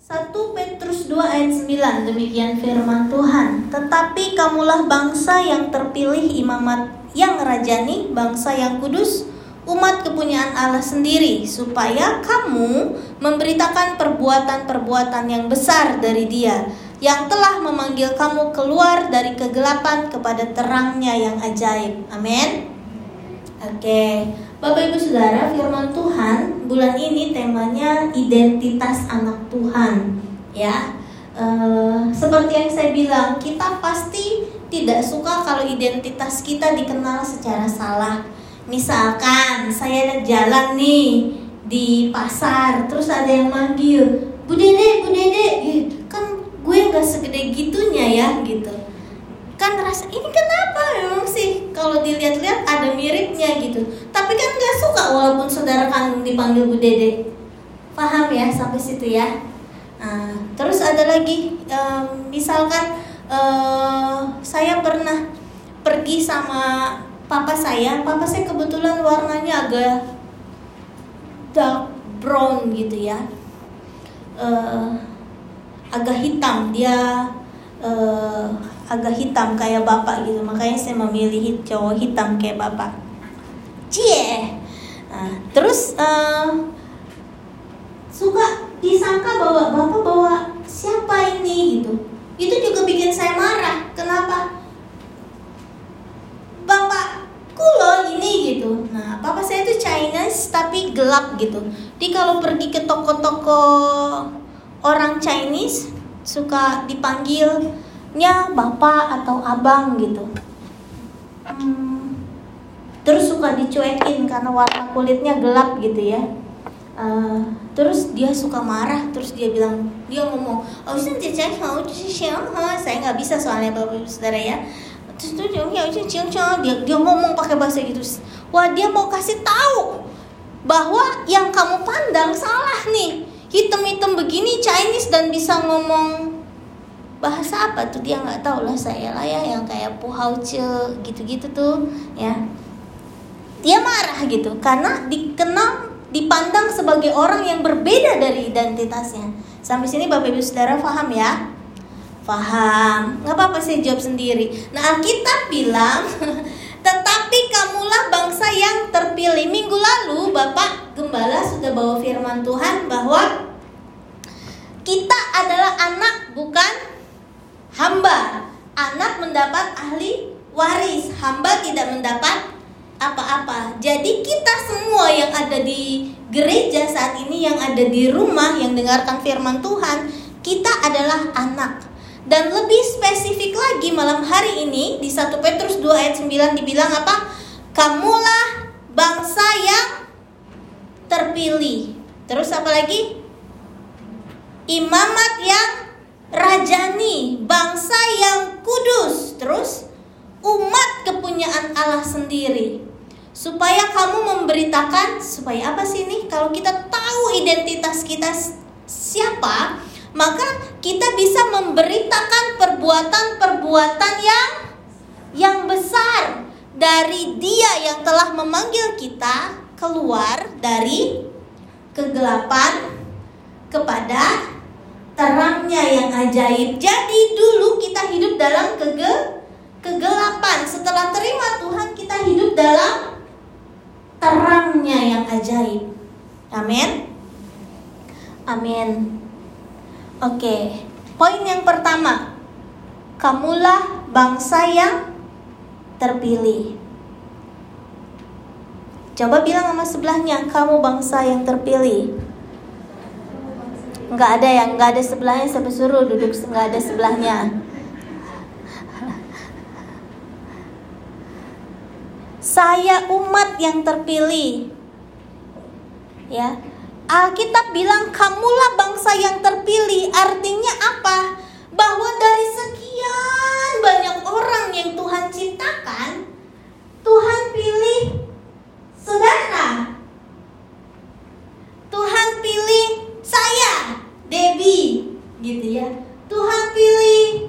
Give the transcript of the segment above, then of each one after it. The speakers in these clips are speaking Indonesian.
1 Petrus 2 ayat 9, demikian firman Tuhan. Tetapi kamulah bangsa yang terpilih, imamat yang rajani, bangsa yang kudus, umat kepunyaan Allah sendiri, supaya kamu memberitakan perbuatan-perbuatan yang besar dari Dia, yang telah memanggil kamu keluar dari kegelapan kepada terangnya yang ajaib. Amin. Oke, Bapak Ibu Saudara, firman Tuhan bulan ini temanya identitas anak Tuhan. Ya, seperti yang saya bilang, kita pasti tidak suka kalau identitas kita dikenal secara salah. Misalkan saya jalan nih di pasar, terus ada yang manggil, Bu Dede, gitu. Kan gue nggak segede gitunya ya, gitu. Kan rasa ini kenapa memang sih, kalau dilihat-lihat ada miripnya gitu. Tapi kan nggak suka walaupun saudara kandung dipanggil Bu Dede. Paham ya sampai situ ya? Terus ada lagi, misalkan saya pernah pergi sama papa saya kebetulan warnanya agak dark brown gitu ya, agak hitam, dia agak hitam kayak bapak gitu, makanya saya memilih cowok hitam kayak bapak. Terus suka disangka bahwa bapak bawa siapa ini gitu. Itu juga bikin saya marah. Kenapa? Bapakku loh ini gitu. Nah, papa saya itu Chinese tapi gelap gitu. Jadi kalau pergi ke toko-toko orang Chinese suka dipanggilnya bapak atau abang gitu. Terus suka dicuekin karena warna kulitnya gelap gitu ya. Terus dia suka marah, terus dia ngomong, saya nggak bisa soalnya Bapak Ibu Saudara ya. Terus dia ngomong pakai bahasa gitu. Wah, dia mau kasih tahu bahwa yang kamu pandang salah nih. Hitam-hitam begini Chinese dan bisa ngomong bahasa apa tuh dia nggak tahu lah, saya lah ya, yang kayak puhauce gitu-gitu tuh ya. Dia marah gitu karena dipandang sebagai orang yang berbeda dari identitasnya. Sampai sini Bapak Ibu Saudara paham ya? Paham. Nggak apa-apa, saya jawab sendiri. Nah, Alkitab bilang tetapi kamulah bangsa yang terpilih. Minggu lalu Bapak Gembala sudah bawa firman Tuhan bahwa kita adalah anak, bukan hamba. Anak mendapat ahli waris, hamba tidak mendapat apa-apa. Jadi kita semua yang ada di gereja saat ini, yang ada di rumah, yang dengarkan firman Tuhan, kita adalah anak. Dan lebih spesifik lagi malam hari ini di 1 Petrus 2 ayat 9 dibilang apa? Kamulah bangsa yang terpilih. Terus apa lagi? Imamat yang rajani, bangsa yang kudus. Terus umat kepunyaan Allah sendiri. Supaya kamu memberitakan, supaya apa sih ini? Kalau kita tahu identitas kita siapa, maka kita bisa memberitakan perbuatan-perbuatan yang besar dari Dia yang telah memanggil kita keluar dari kegelapan kepada terangnya yang ajaib. Jadi dulu kita hidup dalam kegelapan. Setelah terima Tuhan, kita hidup dalam terangnya yang ajaib. Amin. Amin. Oke, poin yang pertama, kamulah bangsa yang terpilih. Coba bilang sama sebelahnya, kamu bangsa yang terpilih. Nggak ada sebelahnya, saya suruh duduk, nggak ada sebelahnya. Saya umat yang terpilih. Ya. Alkitab bilang kamulah bangsa yang terpilih. Artinya apa? Bahwa dari sekian banyak orang yang Tuhan ciptakan, Tuhan pilih saudara. Tuhan pilih saya, Debbie, gitu ya. Tuhan pilih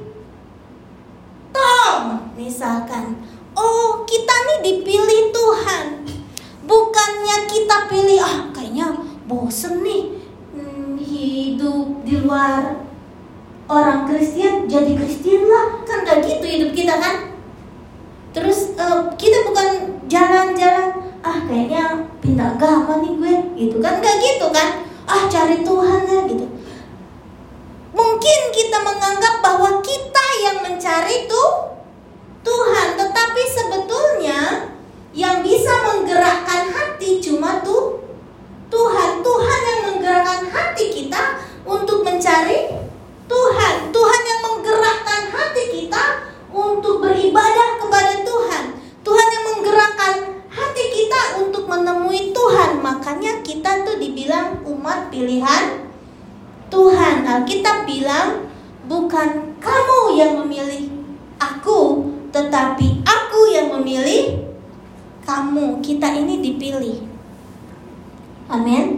Tom, misalkan. Oh, kita nih dipilih Tuhan. Bukannya kita pilih, kayaknya bosen nih hidup hidup di luar orang Kristen, jadi Kristen lah. Kan gak gitu hidup kita kan. Terus kita bukan jalan-jalan, kayaknya pindah agama nih gue, gitu kan. Gak gitu kan. Cari Tuhan ya gitu. Mungkin kita menganggap bahwa kita yang mencari Tuhan, tetapi sebetulnya yang bisa menggerakkan hati cuma Tuhan. Tuhan yang menggerakkan hati kita untuk mencari Tuhan. Tuhan yang menggerakkan hati kita untuk beribadah kepada Tuhan. Tuhan yang menggerakkan hati kita untuk menemui Tuhan. Makanya kita tuh dibilang umat pilihan Tuhan. Alkitab bilang, bukan kamu yang memilih aku, tetapi aku yang memilih kamu. Kita ini dipilih. Amin.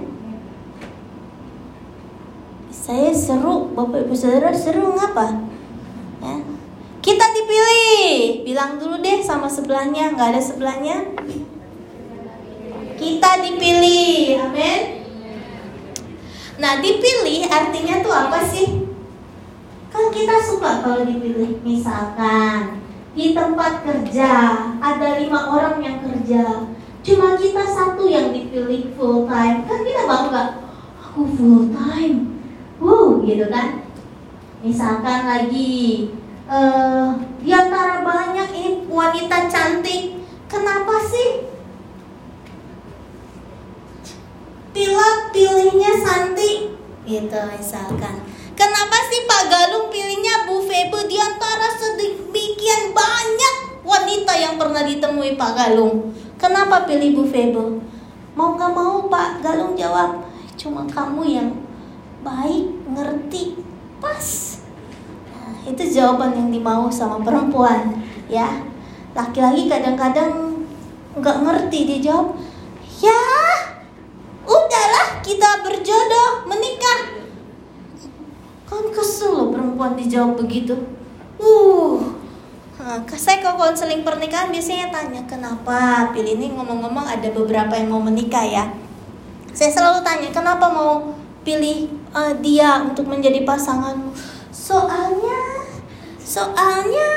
Saya seru, Bapak Ibu Saudara, seru ngapa? Ya. Kita dipilih. Bilang dulu deh sama sebelahnya. Gak ada sebelahnya. Kita dipilih. Amin. Nah, dipilih artinya tuh apa sih? Kan kita suka kalau dipilih. Misalkan di tempat kerja ada 5 orang yang kerja, cuma kita 1 yang dipilih full time. Kan kita bangga, aku full time, gitu kan. Misalkan lagi di antara banyak ini wanita cantik, kenapa sih pilihnya Santi? Gitu misalkan. Kenapa sih Pak Galung pilihnya Bu Febe di antara sedemikian banyak wanita yang pernah ditemui Pak Galung? Kenapa pilih Bu Febe? Mau gak mau Pak Galung jawab, cuma kamu yang baik, ngerti, pas. Nah, itu jawaban yang dimau sama perempuan, ya. Laki-laki kadang-kadang gak ngerti, dia jawab, ya udahlah kita berjodoh, menikah. Kan kesel loh perempuan dijawab begitu. Saya ke konseling pernikahan biasanya tanya, kenapa pilih ini. Ngomong-ngomong ada beberapa yang mau menikah ya. Saya selalu tanya, kenapa mau pilih dia untuk menjadi pasanganmu? Soalnya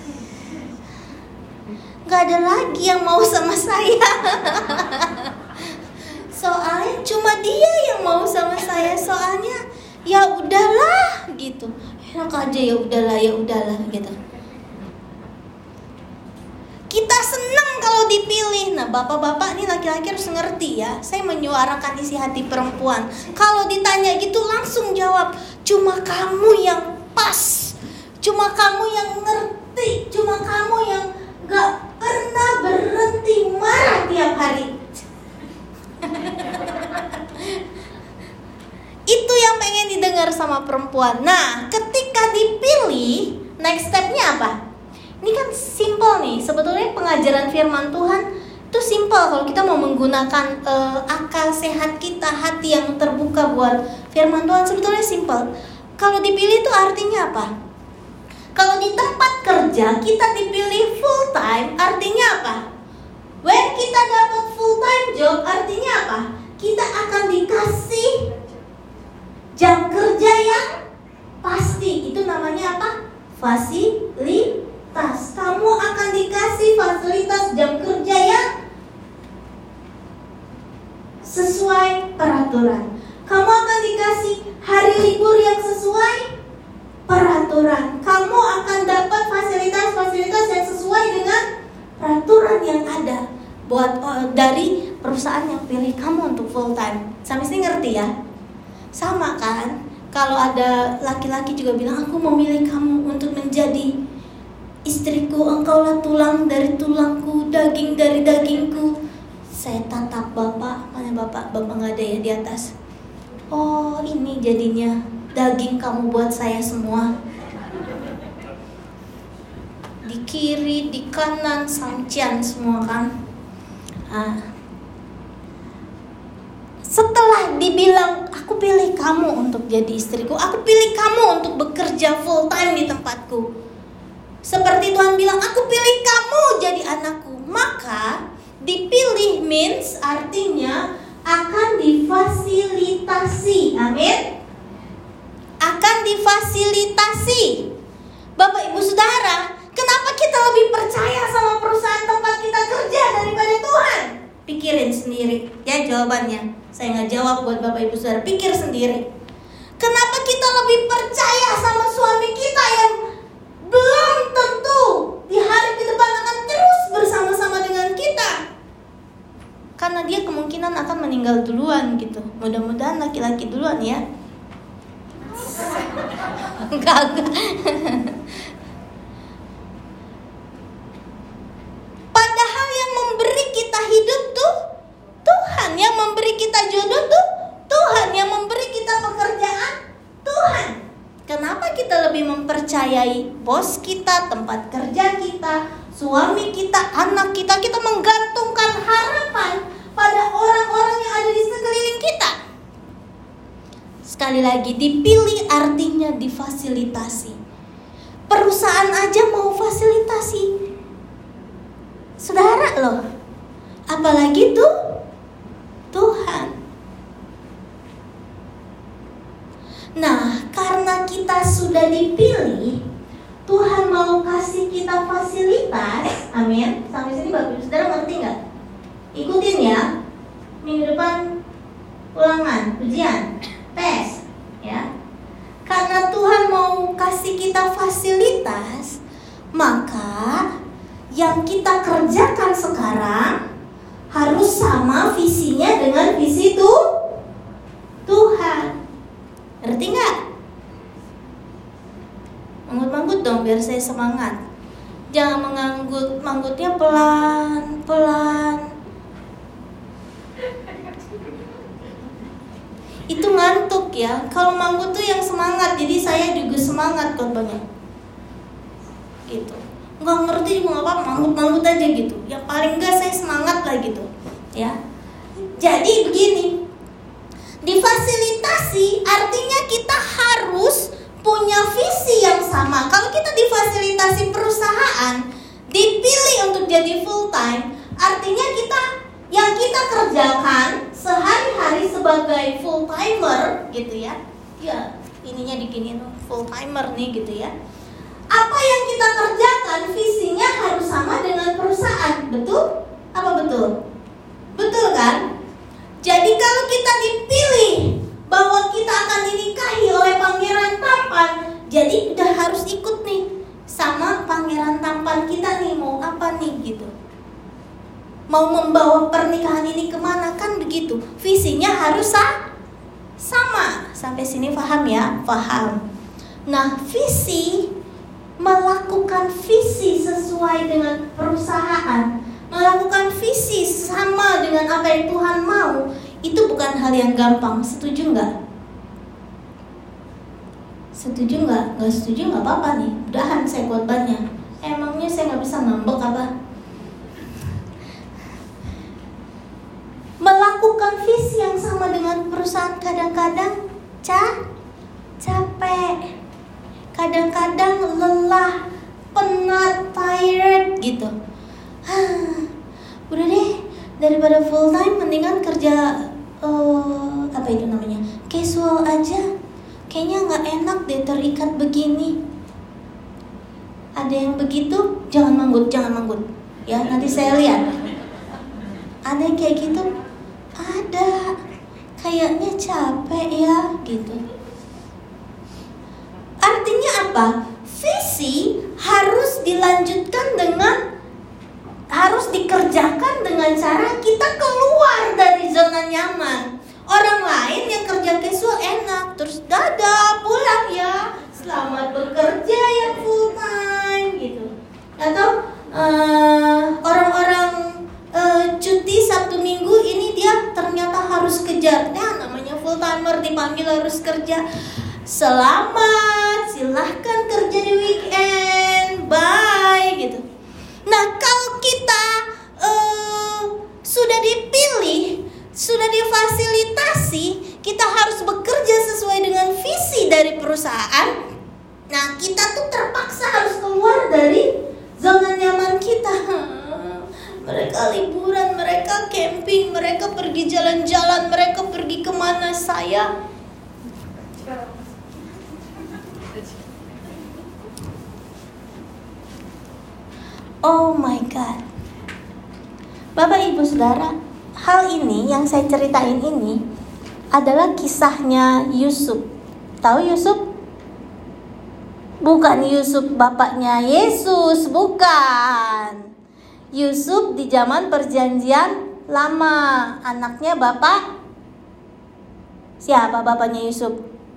gak ada lagi yang mau sama saya. Soalnya cuma dia yang mau sama saya. Soalnya ya udahlah gitu. Enak aja ya udahlah gitu. Kita senang kalau dipilih. Nah, bapak-bapak ini laki-laki harus ngerti ya. Saya menyuarakan isi hati perempuan. Kalau ditanya gitu langsung jawab, cuma kamu yang pas. Cuma kamu yang ngerti. Cuma kamu yang gak pernah berhenti marah tiap hari. Itu yang pengen didengar sama perempuan. Nah, ketika dipilih, next stepnya apa? Ini kan simple nih. Sebetulnya pengajaran firman Tuhan itu simple. Kalau kita mau menggunakan akal sehat kita, hati yang terbuka buat firman Tuhan, sebetulnya simple. Kalau dipilih itu artinya apa? Kalau di tempat kerja kita dipilih full time, artinya apa? When kita dapat full time job, artinya apa? Kita akan dikasih jam kerja yang pasti. Itu namanya apa? Fasilitas. Kamu akan dikasih fasilitas jam kerja yang sesuai peraturan. Kamu akan dikasih hari libur yang sesuai peraturan. Kamu akan dapat fasilitas-fasilitas yang sesuai dengan peraturan yang ada buat dari perusahaan yang pilih kamu untuk full time. Sampai sini ngerti ya? Sama kan? Kalau ada laki-laki juga bilang, aku memilih kamu untuk menjadi istriku, engkaulah tulang dari tulangku, daging dari dagingku. Saya tatap bapak, mana bapak nggak ada ya di atas. Oh, ini jadinya daging kamu buat saya semua. Di kiri, di kanan, sancian semua kan. Setelah dibilang, aku pilih kamu untuk jadi istriku, aku pilih kamu untuk bekerja full time di tempatku. Seperti Tuhan bilang, aku pilih kamu jadi anakku. Maka dipilih means artinya akan difasilitasi. Amin. difasilitasi. Bapak Ibu Saudara, kenapa kita lebih percaya sama perusahaan tempat kita kerja daripada Tuhan? Pikirin sendiri ya jawabannya. Saya nggak jawab buat Bapak Ibu Saudara, pikir sendiri. Kenapa kita lebih percaya sama suami kita yang belum tentu di hari ke depan akan terus bersama-sama dengan kita? Karena dia kemungkinan akan meninggal duluan gitu. Mudah-mudahan laki-laki duluan ya. Enggak. Padahal yang memberi kita hidup tuh Tuhan, yang memberi kita jodoh tuh Tuhan, yang memberi kita pekerjaan Tuhan. Kenapa kita lebih mempercayai bos kita, tempat kerja kita, suami kita, anak kita? Kita menggantungkan harapan pada orang-orang yang ada di sekeliling kita. Sekali lagi, dipilih artinya difasilitasi. Perusahaan aja mau fasilitasi saudara loh, apalagi tuh Tuhan. Nah, karena kita sudah dipilih, Tuhan mau kasih kita fasilitas. Amin. Sampai sini Bapak Ibu Saudara ngerti nggak? Ikutin ya. Minggu depan ulangan, ujian, tes, ya. Karena Tuhan mau kasih kita fasilitas, maka yang kita kerjakan sekarang harus sama visinya dengan visi Tuhan. Ngerti nggak? Manggut-manggut dong biar saya semangat. Jangan manggutnya pelan-pelan. Itu ngantuk ya. Kalau manggut tuh yang semangat, jadi saya juga semangat khotbahnya. Gitu. Nggak ngerti juga nggak apa-apa, manggut-manggut aja gitu. Yang paling enggak saya semangat lah gitu. Ya. Jadi begini. Difasilitasi artinya kita harus punya visi yang sama. Kalau kita difasilitasi perusahaan, dipilih untuk jadi full time, artinya yang kita kerjakan sehari-hari sebagai full timer gitu ya. Ya, ininya diginiin full timer nih gitu ya. Apa yang kita kerjakan visinya harus sama dengan perusahaan. Betul? Apa betul? Betul kan? Jadi kalau kita dipilih bahwa kita akan dinikahi oleh pangeran tampan, jadi udah harus ikut nih sama pangeran tampan kita nih, mau apa nih gitu. Mau membawa pernikahan ini kemana, kan begitu. Visinya harus sama. Sampai sini paham ya? Paham. Nah, melakukan visi sesuai dengan perusahaan, melakukan visi sama dengan apa yang Tuhan mau, itu bukan hal yang gampang. Setuju nggak? Setuju nggak? Nggak setuju nggak apa-apa nih. Udahan saya khotbahnya. Emangnya saya nggak bisa ngambek apa? Melakukan visi yang sama dengan perusahaan kadang-kadang capek. Kadang-kadang lelah, penat, tired gitu. Udah deh, daripada full time mendingan kerja apa itu namanya, casual aja. Kayaknya nggak enak deh terikat begini. Ada yang begitu? Jangan manggut ya, nanti saya lihat. Ada yang kayak gitu? Ada. Kayaknya capek ya gitu. Artinya apa? Visi harus dikerjakan dengan cara kita keluar dari zona nyaman. Orang lain yang kerja casual enak, terus dadah pulang ya, selamat bekerja yang full time gitu. Atau orang-orang cuti Sabtu Minggu, ini dia ternyata harus kejar. Nah, namanya full timer dipanggil harus kerja. Selamat, silahkan kerja di weekend, bye gitu. Nah, kalau kita sudah dipilih, sudah difasilitasi, kita harus bekerja sesuai dengan visi dari perusahaan. Nah, kita tuh terpaksa harus keluar dari zona nyaman kita. Mereka liburan, mereka camping, mereka pergi jalan-jalan, mereka pergi kemana, saya Oh my God. Bapak Ibu Saudara, hal ini yang saya ceritain ini adalah kisahnya Yusuf. Tahu Yusuf? Bukan Yusuf bapaknya Yesus, bukan. Yusuf di zaman perjanjian lama, anaknya bapak. Siapa bapaknya Yusuf?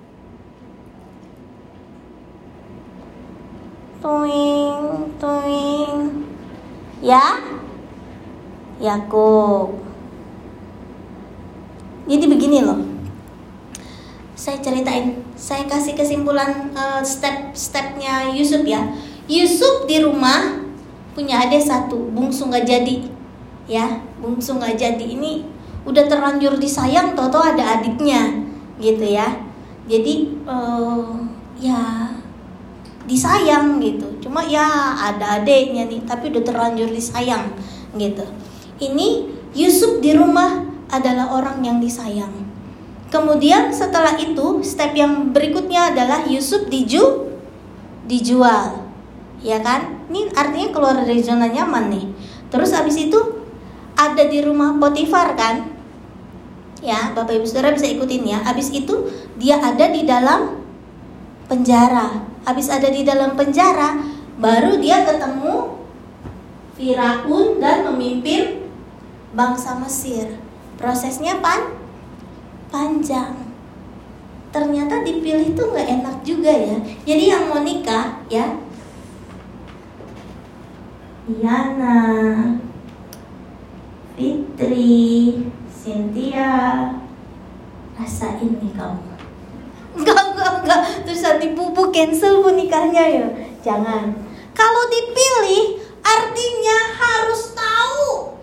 Tuing, tuing. Ya? Yakub. Jadi begini loh. Saya ceritain, saya kasih kesimpulan step-stepnya Yusuf ya. Yusuf di rumah punya adik satu, bungsu nggak jadi, ya, bungsu nggak jadi. Ini udah terlanjur disayang, toto ada adiknya, gitu ya. Jadi ya disayang gitu. Cuma ya ada adiknya nih, tapi udah terlanjur disayang, gitu. Ini Yusuf di rumah adalah orang yang disayang. Kemudian setelah itu step yang berikutnya adalah Yusuf dijual, ya kan? Ini artinya keluar dari zona nyaman nih. Terus habis itu ada di rumah Potifar kan? Ya, Bapak Ibu Saudara bisa ikutin ya. Habis itu dia ada di dalam penjara. Habis ada di dalam penjara, baru dia ketemu Firaun dan memimpin bangsa Mesir. Prosesnya panjang. Ternyata dipilih tuh nggak enak juga ya. Jadi yang mau nikah ya, Diana, Fitri, Cynthia, rasain nih kamu. Enggak. Terus nanti bubu cancel bu nikahnya ya. Jangan. Kalau dipilih artinya harus tahu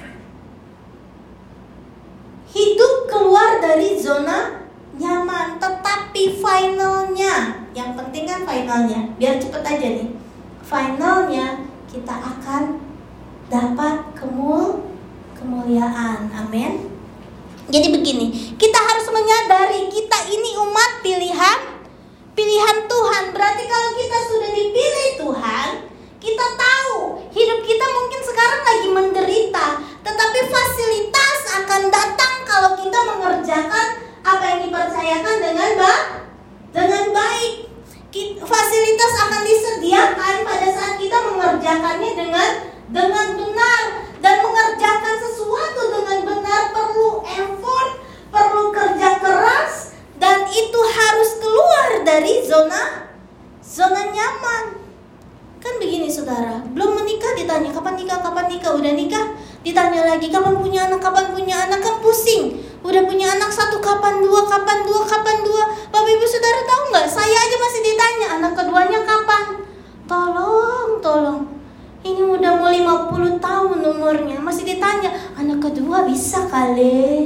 hidup keluar dari zona nyaman, tetapi finalnya, yang penting kan finalnya, biar cepet aja nih. Finalnya kita akan dapat kemuliaan. Amin. Jadi begini, kita harus menyadari kita ini umat pilihan Tuhan. Berarti kalau kita sudah dipilih Tuhan, kita tahu hidup kita mungkin sekarang lagi menderita, tetapi fasilitas akan datang kalau kita mengerjakan apa yang dipercayakan dengan baik. Fasilitas akan disediakan pada saat kita mengerjakannya dengan benar. Dan mengerjakan sesuatu dengan benar perlu effort, perlu kerja keras, dan itu harus keluar dari zona nyaman. Kan begini saudara, belum menikah ditanya kapan nikah, udah nikah ditanya lagi kapan punya anak, kan pusing. Udah punya anak satu, kapan dua. Bapak Ibu Saudara tahu nggak? Saya aja masih ditanya anak keduanya kapan. Tolong. Ini udah mau 50 tahun umurnya, masih ditanya anak kedua bisa kali.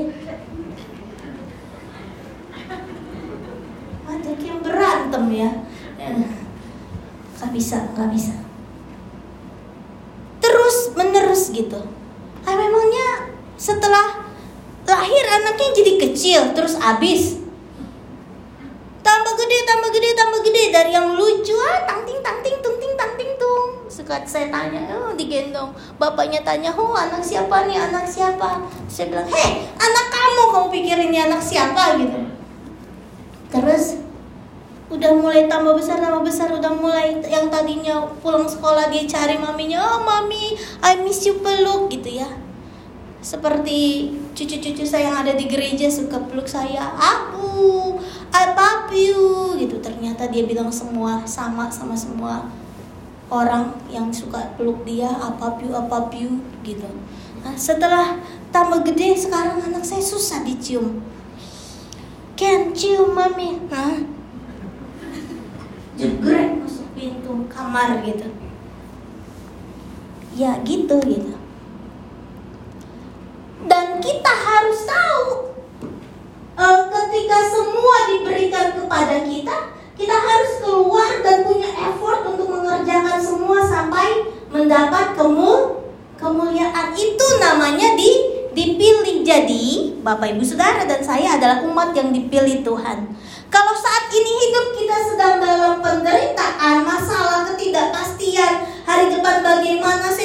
Ada yang berantem ya. Gak bisa. Terus menerus gitu. Memangnya setelah lahir anaknya jadi kecil terus habis. Tambah gede dari yang lucu tangting tung. Suka saya tanya, digendong. Bapaknya tanya, anak siapa nih, anak siapa? Saya bilang, anak kamu pikirin ini anak siapa gitu. Terus udah mulai tambah besar, udah mulai yang tadinya pulang sekolah dia cari maminya, mami, I miss you, peluk gitu ya. Seperti cucu-cucu saya yang ada di gereja suka peluk saya, aku, I love you gitu. Ternyata dia bilang semua sama semua orang yang suka peluk dia, I love you gitu. Nah, setelah tambah gede sekarang anak saya susah dicium. Ken, cium mami. Jegrek masuk pintu kamar gitu. Ya gitu. Dan kita harus tahu ketika semua diberikan kepada kita harus keluar dan punya effort untuk mengerjakan semua sampai mendapat kemuliaan. Itu namanya dipilih. Jadi Bapak Ibu Saudara dan saya adalah umat yang dipilih Tuhan. Kalau saat ini hidup kita sedang dalam penderitaan, masalah, ketidakpastian, hari depan bagaimana,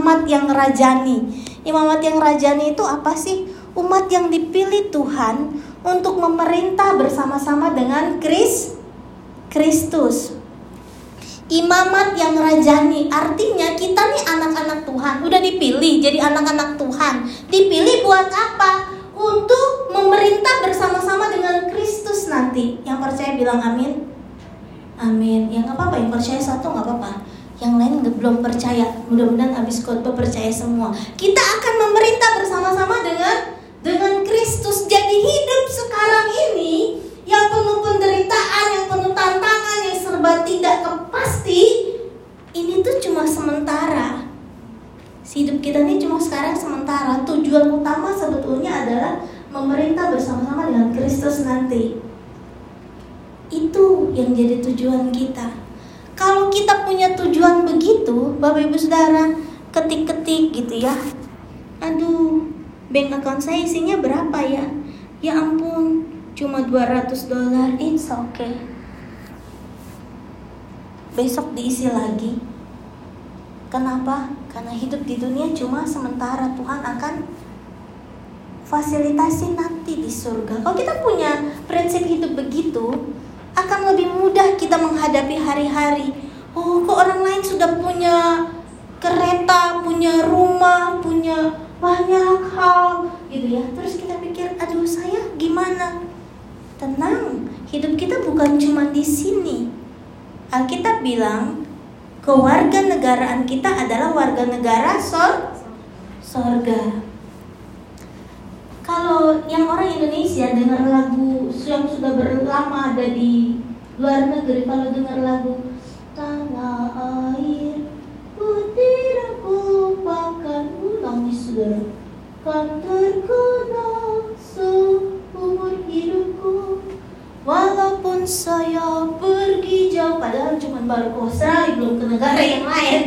imamat yang rajani. Imamat yang rajani itu apa sih? Umat yang dipilih Tuhan untuk memerintah bersama-sama dengan Kristus. Imamat yang rajani artinya kita nih anak-anak Tuhan, udah dipilih jadi anak-anak Tuhan. Dipilih buat apa? Untuk memerintah bersama-sama dengan Kristus nanti. Yang percaya bilang amin. Amin. Ya nggak apa-apa, yang percaya satu nggak apa-apa. Yang lain belum percaya, mudah-mudahan habis khotbah percaya semua. Kita akan memerintah bersama-sama dengan Kristus. Jadi hidup sekarang ini yang penuh penderitaan, yang penuh tantangan, yang serba tidak pasti, ini tuh cuma sementara. Hidup kita ini cuma sekarang sementara. Tujuan utama sebetulnya adalah memerintah bersama-sama dengan Kristus nanti. Itu yang jadi tujuan kita. Kalau kita punya tujuan begitu, Bapak Ibu Saudara, ketik-ketik gitu ya. Aduh, bank account saya isinya berapa ya? Ya ampun, cuma $200. It's okay. Besok diisi lagi. Kenapa? Karena hidup di dunia cuma sementara. Tuhan akan fasilitasi nanti di surga. Kalau kita punya prinsip hidup begitu, akan lebih mudah kita menghadapi hari-hari. Oh, kok orang lain sudah punya kereta, punya rumah, punya banyak hal gitu ya. Terus kita pikir, aduh saya gimana? Tenang, hidup kita bukan cuma di sini. Alkitab bilang, kewarganegaraan kita adalah warga negara sorga. Kalau yang orang Indonesia dengar lagu yang sudah berlama ada di luar negeri, kalau dengar lagu Tanah Air ku tidak lupakan, nangis saudara, kan terkenang seumur hidupku, walaupun saya pergi jauh, padahal cuma baru ke Australia, belum ke negara yang lain.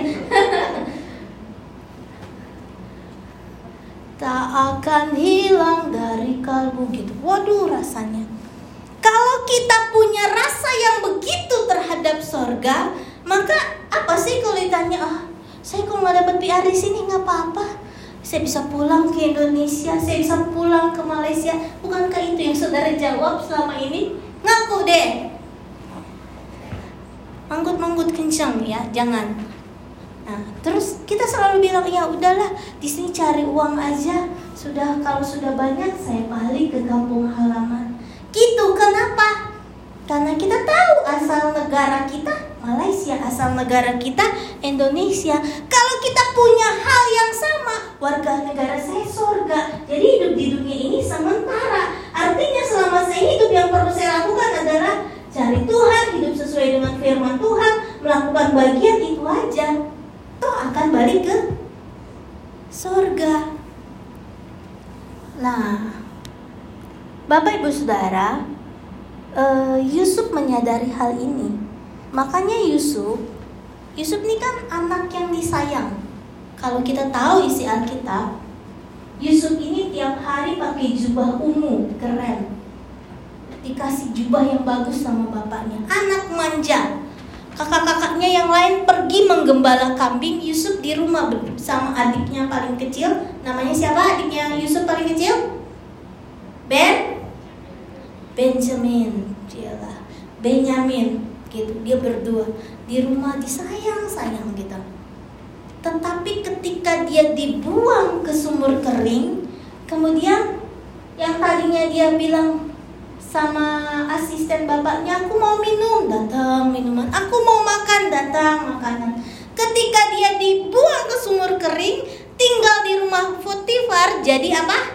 Tak akan hilang dari kalbu gitu. Waduh rasanya. Kalau kita punya rasa yang begitu terhadap sorga, maka apa sih kalau ditanya, saya kalau nggak dapat PR di sini nggak apa-apa, saya bisa pulang ke Indonesia, saya bisa pulang ke Malaysia. Bukankah itu yang saudara jawab selama ini? Ngaku deh. Manggut-manggut kencang ya, jangan. Nah, terus kita selalu bilang, ya udahlah, di sini cari uang aja. Sudah, kalau sudah banyak saya balik ke kampung halaman. Gitu, kenapa? Karena kita tahu asal negara kita Malaysia, asal negara kita Indonesia. Kalau kita punya hal yang sama, warga negara saya surga. Jadi hidup di dunia ini sementara. Artinya selama saya hidup, yang perlu saya lakukan adalah cari Tuhan, hidup sesuai dengan firman Tuhan, melakukan bagian itu aja. Toh akan balik ke surga. Nah, Bapak Ibu Saudara, Yusuf menyadari hal ini. Makanya Yusuf ini kan anak yang disayang. Kalau kita tahu isi Alkitab, Yusuf ini tiap hari pakai jubah ungu, keren. Dikasih jubah yang bagus sama bapaknya. Anak manja. Kakak-kakaknya yang lain pergi menggembala kambing, Yusuf di rumah bersama adiknya paling kecil. Namanya siapa adiknya Yusuf paling kecil? Benjamin, Benyamin gitu. Dia berdua di rumah disayang-sayang gitu. Tetapi ketika dia dibuang ke sumur kering, kemudian yang tadinya dia bilang sama asisten bapaknya, aku mau minum, datang minuman. Aku mau makan, datang makanan. Ketika dia dibuang ke sumur kering, tinggal di rumah Potifar, jadi apa?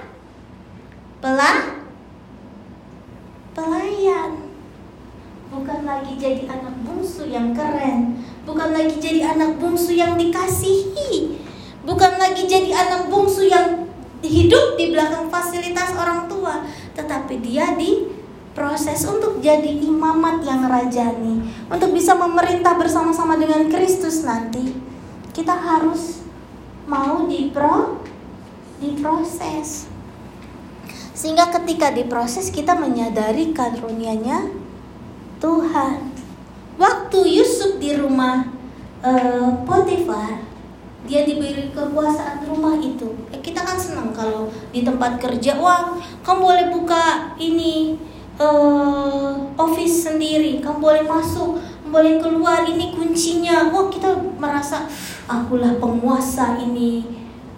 Pelayan. Bukan lagi jadi anak bungsu yang keren, bukan lagi jadi anak bungsu yang dikasihi, bukan lagi jadi anak bungsu yang hidup di belakang fasilitas orang tua, tetapi dia diproses untuk jadi imamat yang rajani, untuk bisa memerintah bersama-sama dengan Kristus nanti. Kita harus mau diproses. Sehingga ketika diproses kita menyadari karunia-Nya Tuhan. Waktu Yusuf di rumah Potifar, dia diberi kekuasaan rumah itu. Kita kan senang kalau di tempat kerja, wah kamu boleh buka ini office sendiri, kamu boleh masuk, boleh keluar, ini kuncinya. Wah, kita merasa akulah penguasa ini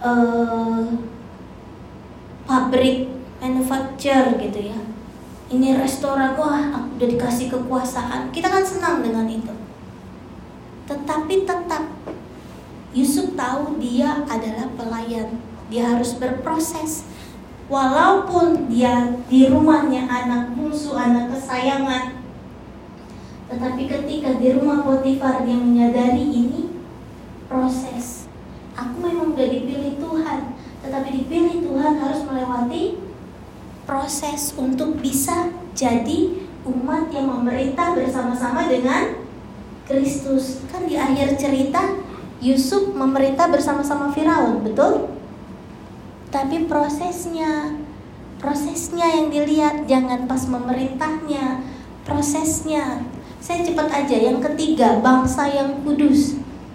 pabrik manufacture gitu ya. Ini restoran, wah aku udah dikasih kekuasaan. Kita kan senang dengan itu. Tetapi tetap Yusuf tahu dia adalah pelayan. Dia harus berproses. Walaupun dia di rumahnya anak bungsu, anak kesayangan, tetapi ketika di rumah Potifar dia menyadari ini proses. Aku memang udah dipilih Tuhan, tetapi dipilih Tuhan harus melewati proses untuk bisa jadi umat yang memerintah bersama-sama dengan Kristus. Kan di akhir cerita Yusuf memerintah bersama-sama Firaun, betul? Tapi prosesnya yang dilihat, jangan pas memerintahnya, prosesnya. Saya cepat aja. Yang ketiga, bangsa yang kudus.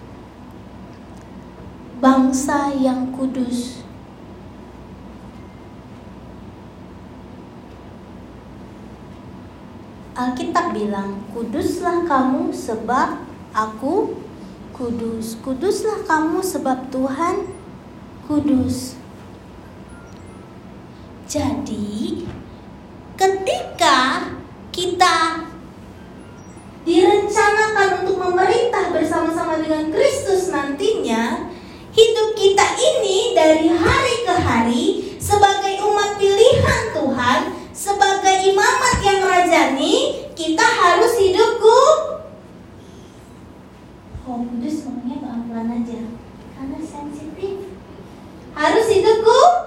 Bangsa yang kudus. Alkitab bilang, kuduslah kamu sebab aku kudus. Kuduslah kamu sebab Tuhan kudus. Jadi, ketika kita direncanakan untuk memerintah bersama-sama dengan Kristus nantinya, hidup kita ini dari hari ke hari sebagai umat pilihan Tuhan, sebagai imamat yang rajani, kita harus hidup kudus. Ngomongnya pelan-pelan aja karena sensitif. Harus hidup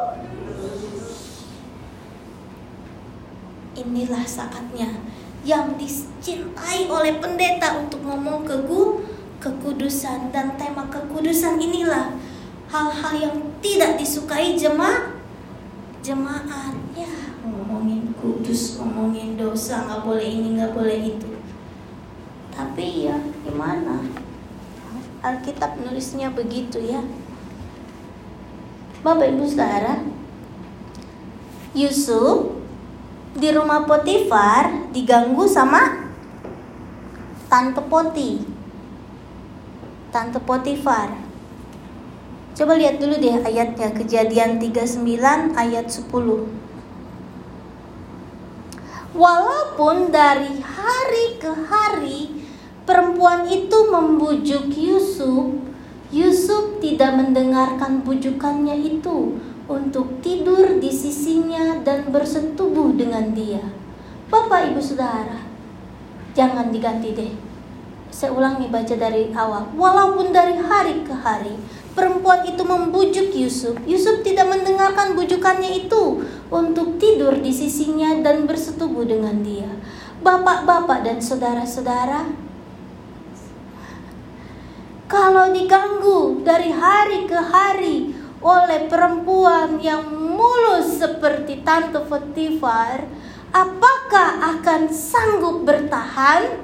Inilah saatnya yang dicintai oleh pendeta untuk ngomong kekudusan. Dan tema kekudusan inilah hal-hal yang tidak disukai jemaat. Ya, ngomongin kudus, ngomongin dosa, gak boleh ini, gak boleh itu. Tapi ya gimana, Alkitab nulisnya begitu ya. Bapak Ibu Saudara, Yusuf di rumah Potifar diganggu sama Tante Potifar. Coba lihat dulu deh ayatnya, Kejadian 39 ayat 10. Walaupun dari hari ke hari perempuan itu membujuk Yusuf tidak mendengarkan bujukannya itu untuk tidur di sisinya dan bersetubuh dengan dia. Bapak Ibu Saudara, jangan diganti deh. Saya ulangi baca dari awal. Walaupun dari hari ke hari perempuan itu membujuk Yusuf tidak mendengarkan bujukannya itu untuk tidur di sisinya dan bersetubuh dengan dia. Bapak-bapak dan saudara-saudara, kalau diganggu dari hari ke hari oleh perempuan yang mulus seperti Tante Potifar, apakah akan sanggup bertahan?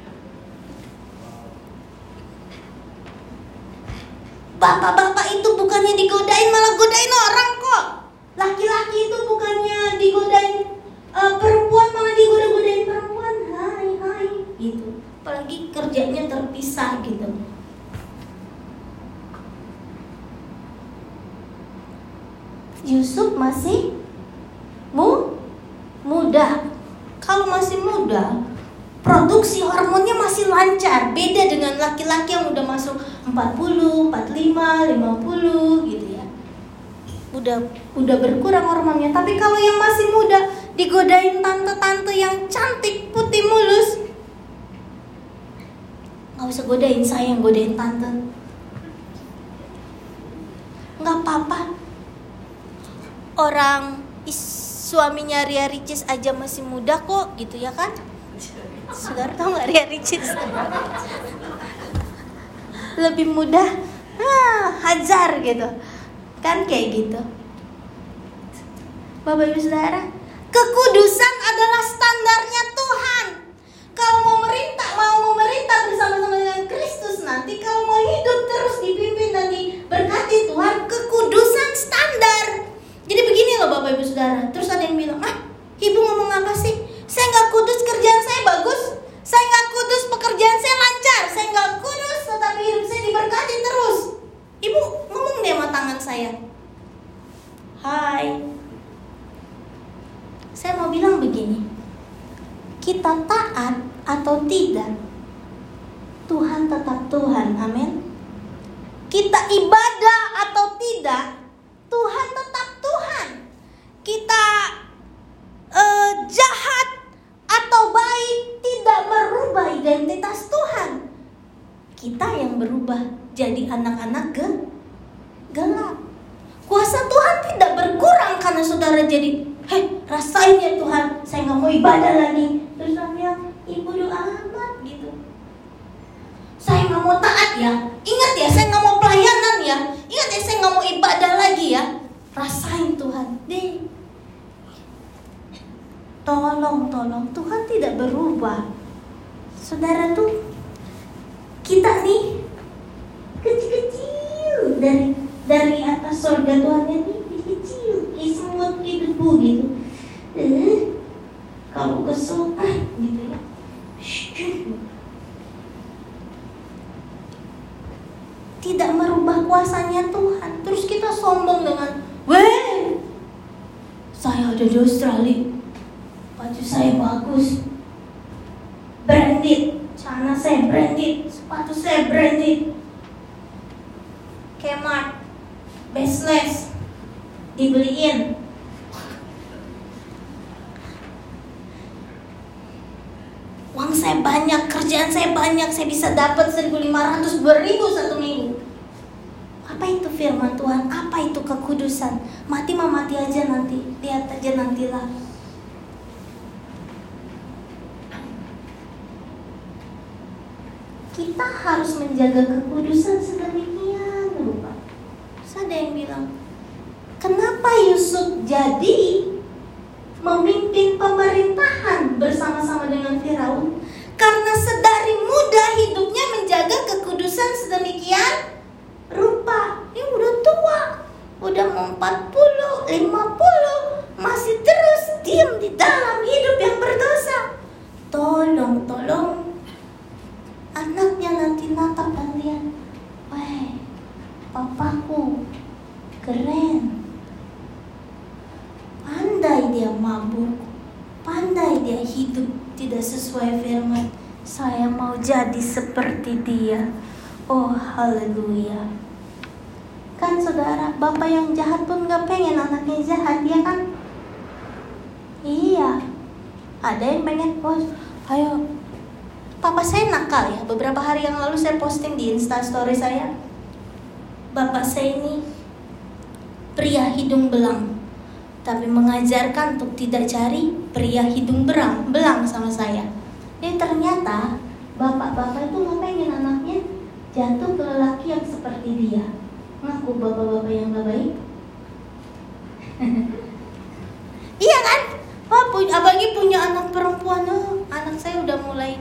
Bapak-bapak itu bukannya digodain, malah godain orang kok. Laki-laki itu bukannya digodain perempuan, malah digoda-godain perempuan. Hai gitu. Apalagi kerjanya terpisah gitu. Yusuf masih muda. Kalau masih muda, produksi hormonnya masih lancar. Beda dengan laki-laki yang udah masuk 40, 45, 50 gitu ya. Udah berkurang hormonnya. Tapi kalau yang masih muda digodain tante-tante yang cantik, putih mulus, gak usah godain, saya yang godain tante. Gak apa-apa. Orang suaminya Ria Ricis aja masih muda kok, gitu ya kan? Saudara tahu nggak Ria Ricis? Lebih muda, hajar gitu, kan kayak gitu. Bapak Ibu Saudara, kekudusan adalah standarnya Tuhan. Kalau mau memerintah bersama-sama dengan Kristus nanti, kalau mau hidup terus dipimpin dan diberkati Tuhan, kekudusan standar. Jadi begini loh Bapak Ibu Saudara. Terus ada yang bilang, ibu ngomong apa sih? Saya gak kudus, kerjaan saya bagus. Saya gak kudus, pekerjaan saya lancar. Saya gak kudus, tetapi hidup saya diberkati terus. Ibu ngomong deh sama tangan saya. Hai, saya mau bilang begini, kita taat atau tidak, Tuhan tetap Tuhan, amin. Kita ibadah atau tidak, Tuhan tetap Tuhan. Kita jahat atau baik tidak merubah identitas Tuhan. Kita yang berubah jadi anak-anak gelap. Kuasa Tuhan tidak berkurang karena saudara jadi, rasain ya Tuhan, saya gak mau ibadah lagi. Terus dia, ibu doa amat gitu. Saya gak mau taat ya. Ingat ya, saya gak mau pelayanan ya. Ingat ya, saya gak mau ibadah lagi ya. Rasain Tuhan deh. Tolong, Tuhan tidak berubah. Saudara tuh, kita nih kecil-kecil dari atas surga Tuhan ini kecil, kayak semut, kayak debu gitu. Kalau kesel, gitu ya. Tidak merubah kuasanya Tuhan. Terus kita sombong dengan, saya ada di Australia, baju saya bagus, branded, celana saya branded, sepatu saya branded, Kmart, Bestless, dibeliin. Uang saya banyak, kerjaan saya banyak, saya bisa dapat 1.500, 2.000 satu minggu. Apa itu firman Tuhan? Apa itu kekudusan? Mati aja nanti, lihat aja nantilah. Kita harus menjaga kekudusan sedemikian rupa. Terus ada yang bilang, kenapa Yusuf jadi memimpin pemerintahan bersama-sama dengan Firaun? Karena sedari muda hidupnya menjaga kekudusan sedemikian rupa. Ini udah tua, udah mau 40, 50, masih terus diam di dalam hidup yang berdosa. Tolong anaknya nanti natap dan lihat, papaku keren, pandai dia mabuk, pandai dia hidup tidak sesuai firman. Saya mau jadi seperti dia. Oh haleluya. Kan saudara, bapak yang jahat pun gak pengen anaknya jahat, ya kan? Iya. Ada yang pengen, ayo. Papa saya nakal ya. Beberapa hari yang lalu saya posting di Instastory saya. Bapak saya ini pria hidung belang, tapi mengajarkan untuk tidak cari pria hidung belang sama saya. Jadi ternyata bapak-bapak itu gak pengen anaknya jatuh ke lelaki yang seperti dia. Ngaku bapak-bapak yang gak baik. Iya kan? Apalagi punya anak perempuan. Anak saya udah mulai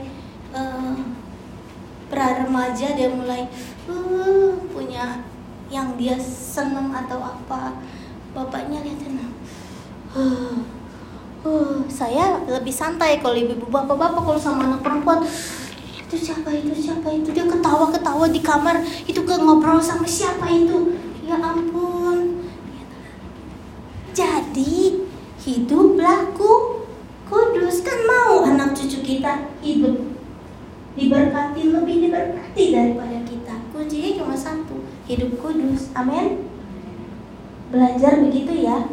pra-remaja, dia mulai punya yang dia seneng atau apa. Bapaknya lihatin, saya lebih santai kalau ibu bapak-bapak kalau sama anak perempuan. Itu siapa itu dia ketawa di kamar itu ngobrol sama siapa itu, ya ampun. Jadi hiduplah kudus. Kan mau anak cucu kita hidup diberkati, lebih diberkati daripada kita. Kuncinya cuma satu, hidup kudus. Amin. Belajar begitu ya.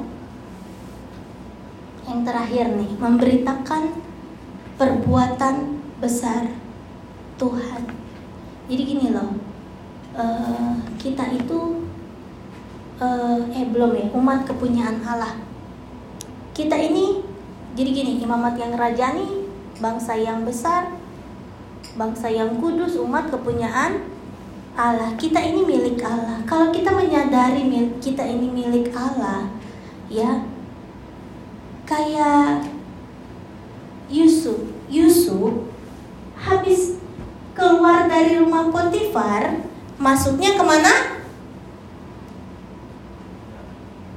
Yang terakhir nih, memberitakan perbuatan besar Tuhan. Jadi gini loh, kita itu belum ya, umat kepunyaan Allah. Kita ini jadi gini, imamat yang rajani, bangsa yang besar, bangsa yang kudus, umat kepunyaan Allah. Kita ini milik Allah. Kalau kita menyadari kita ini milik Allah, ya, kayak Yusuf habis keluar dari rumah Potifar, masuknya kemana?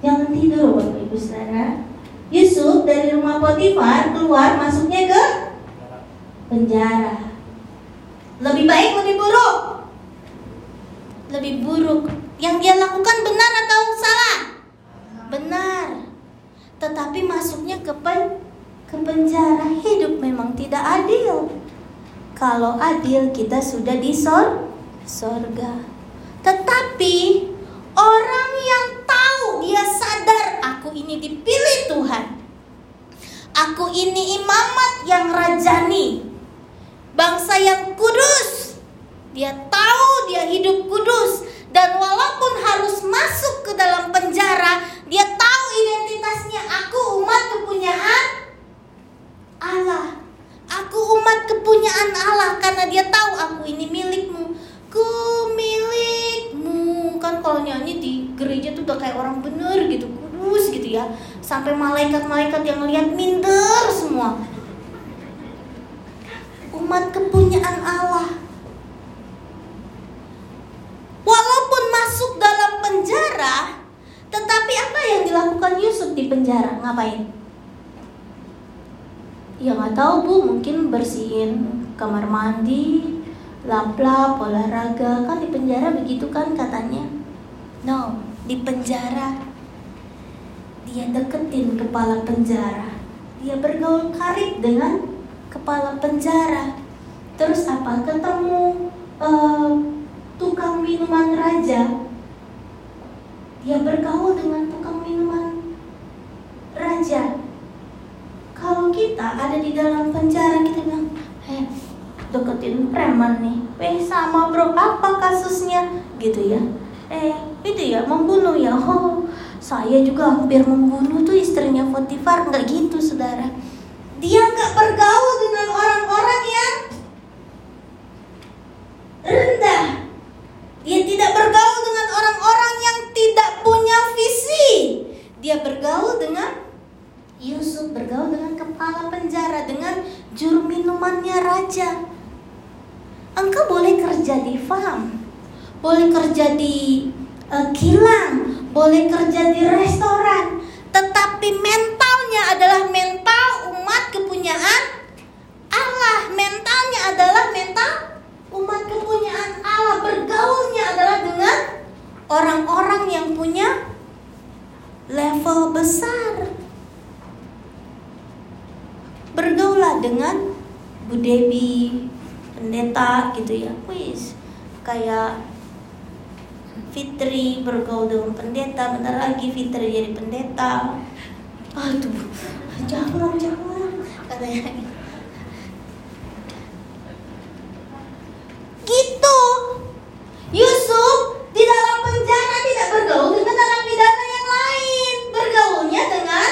Jangan tidur Bapak Ibu Saudara. Yusuf dari rumah Potifar keluar, masuknya ke penjara. Lebih baik, lebih buruk? Lebih buruk. Yang dia lakukan benar atau salah? Benar. Tetapi masuknya ke penjara. Hidup memang tidak adil. Kalau adil kita sudah di sorga. Tetapi orang yang tahu, dia sadar, aku ini dipilih Tuhan, aku ini imamat yang rajani, bangsa yang kudus. Dia tahu dia hidup kudus. Dan walaupun harus masuk ke dalam penjara, dia tahu identitasnya. Aku umat kepunyaan Allah. Aku umat kepunyaan Allah. Karena dia tahu aku ini milikmu. Ku milikmu. Kan kalau nyanyi di gereja tuh udah kayak orang bener gitu, kudus gitu ya. Sampai malaikat-malaikat yang lihat minder semua. Umat kepunyaan Allah. Walaupun masuk dalam penjara, tetapi apa yang dilakukan Yusuf di penjara? Ngapain? Ya nggak tahu Bu, mungkin bersihin kamar mandi, lap-lap, olahraga. Kan di penjara begitu kan katanya. No, di penjara dia deketin kepala penjara. Dia bergaul karib dengan kepala penjara. Terus apa? Ketemu tukang minuman raja. Dia bergaul dengan tukang minuman raja. Kalau kita ada di dalam penjara, kita bilang, deketin preman nih. Sama bro, apa kasusnya? Gitu ya. Itu ya, membunuh ya. Oh, saya juga hampir membunuh tuh istrinya Potifar. Enggak gitu saudara. Dia enggak bergaul dengan orang-orang yang rendah. Dia tidak bergaul dengan orang-orang yang tidak punya visi. Dia bergaul dengan Yusuf, bergaul dengan kepala penjara, dengan juru minumannya raja. Engkau boleh kerja di farm, boleh kerja di kilang, boleh kerja di restoran, tetapi mentalnya adalah mental umat kepunyaan Allah. Mentalnya adalah mental umat kepunyaan Allah. Bergaulnya adalah dengan orang-orang yang punya level besar. Bergaulah dengan Bu Debi, pendeta gitu ya. Wis, kayak Fitri bergaul dengan pendeta, bentar lagi Fitri jadi pendeta. Aduh, jangan katanya. Gitu. Yusuf di dalam penjara tidak bergaul dengan narapidana yang lain. Bergaulnya dengan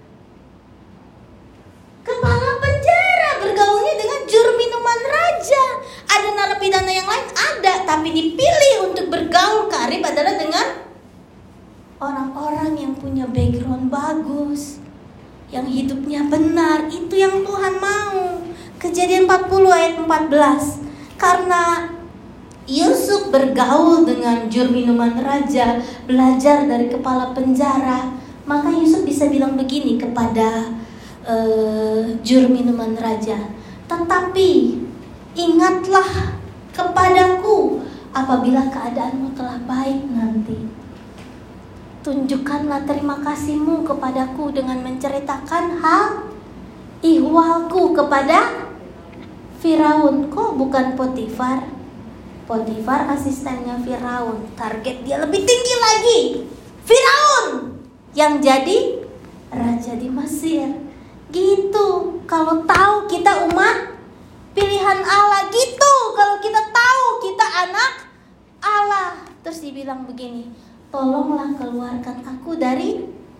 kepala penjara, bergaulnya dengan juru minuman raja. Ada narapidana yang lain? Ada, tapi dipilih untuk bergaul karib adalah dengan orang-orang yang punya background bagus, yang hidupnya benar. Itu yang Tuhan mau. Kejadian 40 ayat 14. Karena Yusuf bergaul dengan juru minuman raja, belajar dari kepala penjara, maka Yusuf bisa bilang begini kepada juru minuman raja, tetapi ingatlah kepadaku apabila keadaanmu telah baik nanti. Tunjukkanlah terima kasihmu kepadaku dengan menceritakan hal ihwalku kepada Firaun. Kok bukan Potifar? Potifar asistennya Firaun. Target dia lebih tinggi lagi. Firaun yang jadi raja di Mesir. Gitu. Kalau tahu kita umat pilihan Allah, gitu. Kalau kita tahu kita anak Allah. Terus dibilang begini, tolonglah keluarkan aku dari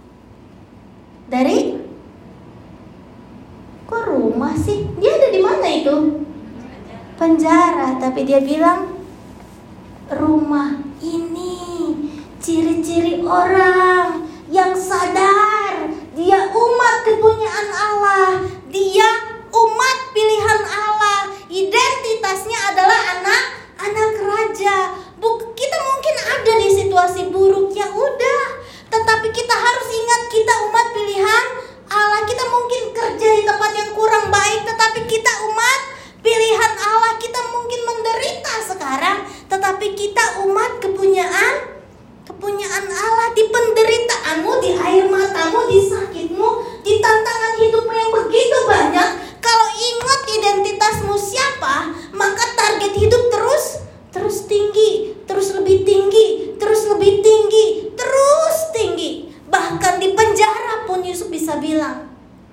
kok rumah sih? Dia ada di mana itu? Penjara. Tapi dia bilang rumah ini ciri-ciri orang yang sadar dia umat kepunyaan Allah, dia umat pilihan Allah, identitasnya adalah anak raja. Kita mungkin ada di situasi buruk, ya udah, tetapi kita Bahkan di penjara pun Yusuf bisa bilang,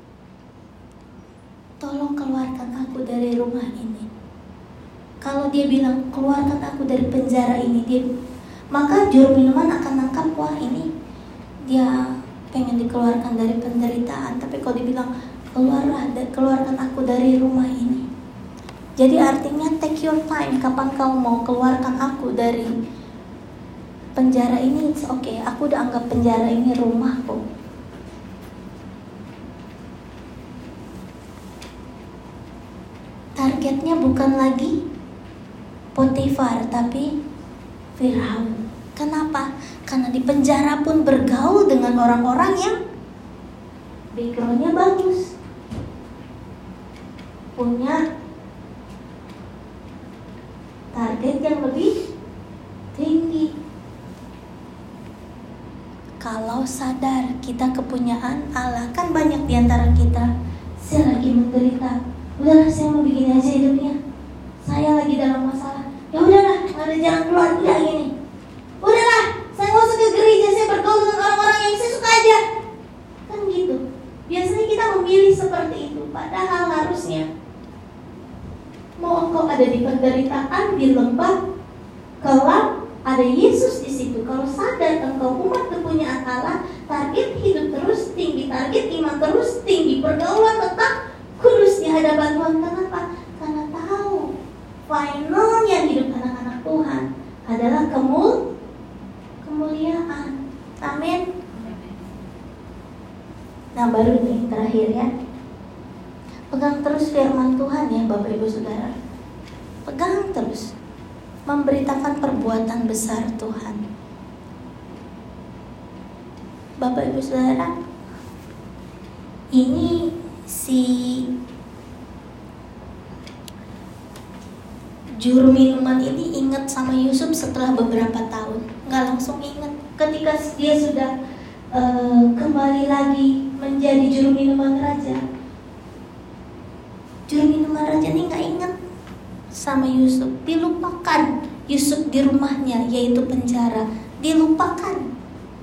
tolong keluarkan aku dari rumah ini. Kalau dia bilang keluarkan aku dari penjara ini, maka juru minuman akan nangkap, wah ini dia pengen dikeluarkan dari penderitaan. Tapi kalau dibilang keluarkan aku dari rumah ini, jadi artinya take your time. Kapan kau mau keluarkan aku dari penjara ini, it's okay. Aku udah anggap penjara ini rumahku. Targetnya bukan lagi Potifar, tapi Firaun. Kenapa? Karena di penjara pun bergaul dengan orang-orang yang backgroundnya bagus, punya target yang lebih tinggi. Kalau sadar kita kepunyaan Allah, kan banyak diantara kita, saya lagi menderita, udahlah saya mau begini aja hidupnya, saya lagi dalam masalah, ya udahlah nggak ada jalan keluar, udah gini, udahlah saya nggak usah ke gereja, saya bergaul dengan orang-orang yang saya suka aja, kan gitu. Biasanya kita memilih seperti itu, padahal harusnya mau engkau ada di penderitaan, di lembah kelam, ada Yesus di situ. Kalau sadar engkau umat kepunyaan Allah, target hidup terus tinggi, target iman terus tinggi, pergaulan tetap kudus di hadapan Tuhan. Kenapa? Karena tahu finalnya hidup anak-anak Tuhan adalah kemuliaan. Amin. Nah, baru nih terakhir ya. Pegang terus firman Tuhan ya Bapak Ibu Saudara. Pegang terus, memberitakan perbuatan besar Tuhan. Bapak Ibu Saudara, ini si juru minuman ini ingat sama Yusuf setelah beberapa tahun. Nggak langsung ingat. Ketika dia sudah kembali lagi menjadi juru minuman raja, juru minuman raja ini nggak ingat sama Yusuf. Dilupakan Yusuf di rumahnya, yaitu penjara. Dilupakan.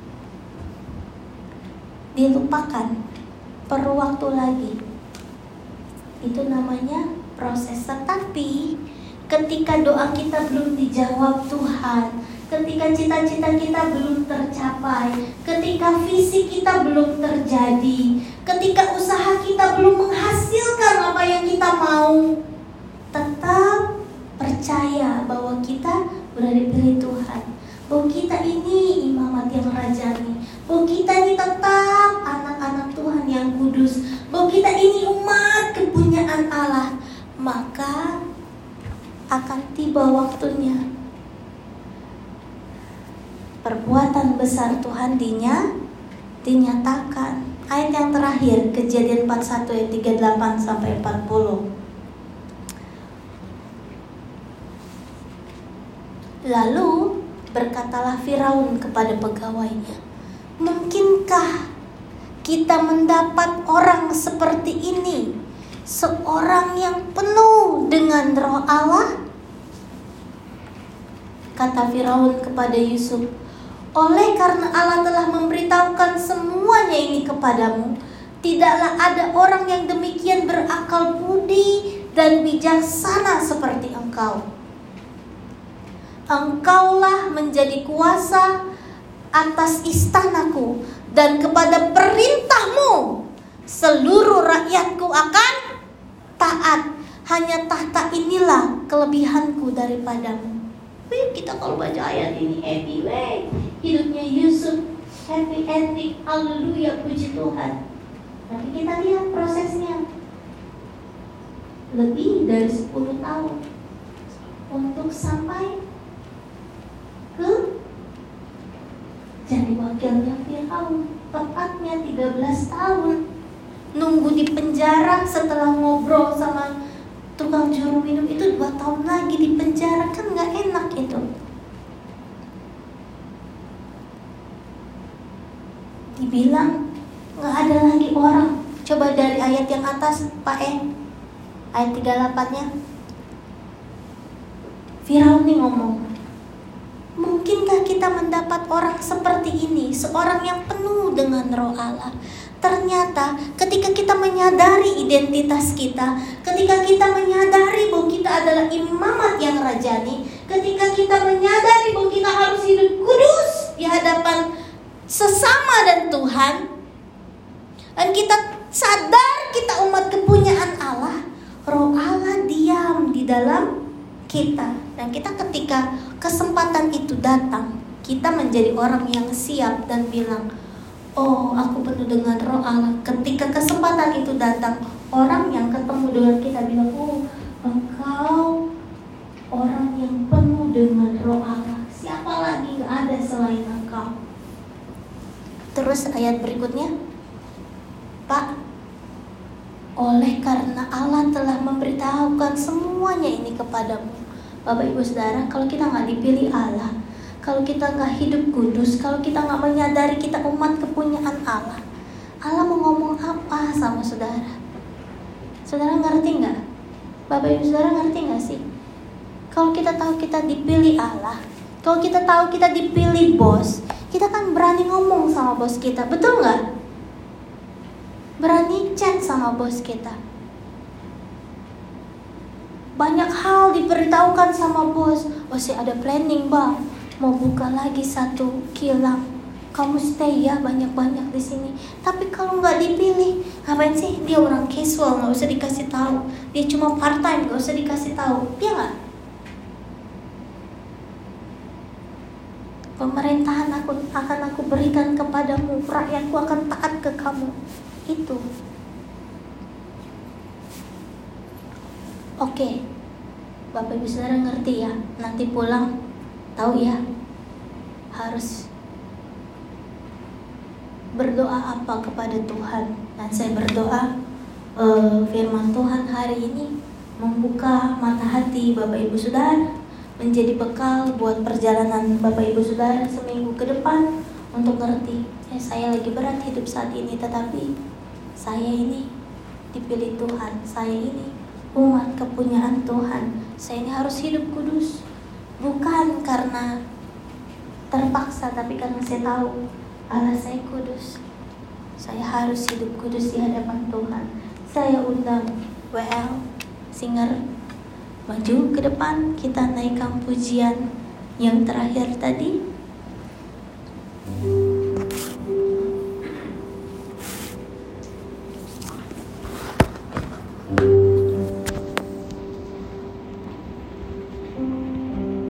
Perlu waktu lagi. Itu namanya proses. Tetapi ketika doa kita belum dijawab Tuhan, ketika cita-cita kita belum tercapai, ketika visi kita belum terjadi, ketika usaha kita belum menghasilkan apa yang kita mau, tetap percaya bahwa kita sudah dipilih Tuhan, bahwa kita ini imamat yang rajani, bahwa kita ini tetap anak-anak Tuhan yang kudus, bahwa kita ini umat kepunyaan Allah. Maka akan tiba waktunya perbuatan besar Tuhan dinyatakan. Ayat yang terakhir, Kejadian 41 ayat 38 sampai 40. Lalu berkatalah Firaun kepada pegawainya, mungkinkah kita mendapat orang seperti ini, seorang yang penuh dengan roh Allah? Kata Firaun kepada Yusuf, oleh karena Allah telah memberitahukan semuanya ini kepadamu, tidaklah ada orang yang demikian berakal budi dan bijaksana seperti engkau. Engkaulah menjadi kuasa atas istanaku, dan kepada perintahmu seluruh rakyatku akan taat. Hanya tahta inilah kelebihanku daripadamu. Kita kalau baca ayat ini happy way, hidupnya Yusuf happy ending, haleluya, puji Tuhan. Tapi kita lihat prosesnya, lebih dari 10 tahun untuk sampai ke jadi wakilnya Firaun. Tepatnya 13 tahun nunggu di penjara. Setelah ngobrol sama tukang juru minum itu 2 tahun lagi di penjara, kan gak enak itu. Dibilang gak ada lagi orang. Coba dari ayat yang atas Pak ayat 38-nya. Firaun nih ngomong, mungkin Mungkinkah kita mendapat orang seperti ini, seorang yang penuh dengan Roh Allah? Ternyata ketika kita menyadari identitas kita, ketika kita menyadari bahwa kita adalah imamat yang rajani, ketika kita menyadari bahwa kita harus hidup kudus di hadapan sesama dan Tuhan, dan kita sadar kita umat kepunyaan Allah, Roh Allah diam di dalam kita. Dan kita ketika kesempatan itu datang, kita menjadi orang yang siap dan bilang, oh, aku penuh dengan Roh Allah. Ketika kesempatan itu datang, orang yang ketemu dengan kita bilang, oh, engkau orang yang penuh dengan Roh Allah. Siapa lagi, gak ada selain engkau. Terus ayat berikutnya, Pak, oleh karena Allah telah memberitahukan semuanya ini kepadamu. Bapak Ibu Saudara, kalau kita gak dipilih Allah, kalau kita gak hidup kudus, kalau kita gak menyadari kita umat kepunyaan Allah, Allah mau ngomong apa sama saudara? Saudara ngerti gak? Bapak Ibu Saudara ngerti gak sih? Kalau kita tahu kita dipilih Allah, kalau kita tahu kita dipilih bos, kita kan berani ngomong sama bos kita, betul gak? Berani chat sama bos kita. Banyak hal diberitahukan sama bos. Oh, saya ada planning bang, mau buka lagi 1 kilang. Kamu stay ya banyak-banyak di sini. Tapi kalau nggak dipilih, ngapain sih? Dia orang casual, nggak usah dikasih tahu. Dia cuma part time, nggak usah dikasih tahu. Iya nggak? Pemerintahan akan aku berikan kepadamu, rakyatku akan taat ke kamu. Itu. Oke, Bapak Ibu Saudara ngerti ya. Nanti pulang tahu ya, harus berdoa apa kepada Tuhan. Dan saya berdoa firman Tuhan hari ini membuka mata hati Bapak Ibu Saudara, menjadi bekal buat perjalanan Bapak Ibu Saudara seminggu ke depan untuk ngerti, saya lagi berat hidup saat ini, tetapi saya ini dipilih Tuhan, saya ini umat kepunyaan Tuhan. Saya ini harus hidup kudus, bukan karena terpaksa, tapi karena saya tahu Allah saya kudus. Saya harus hidup kudus di hadapan Tuhan. Saya undang WL Singer maju ke depan, kita naikkan pujian yang terakhir tadi.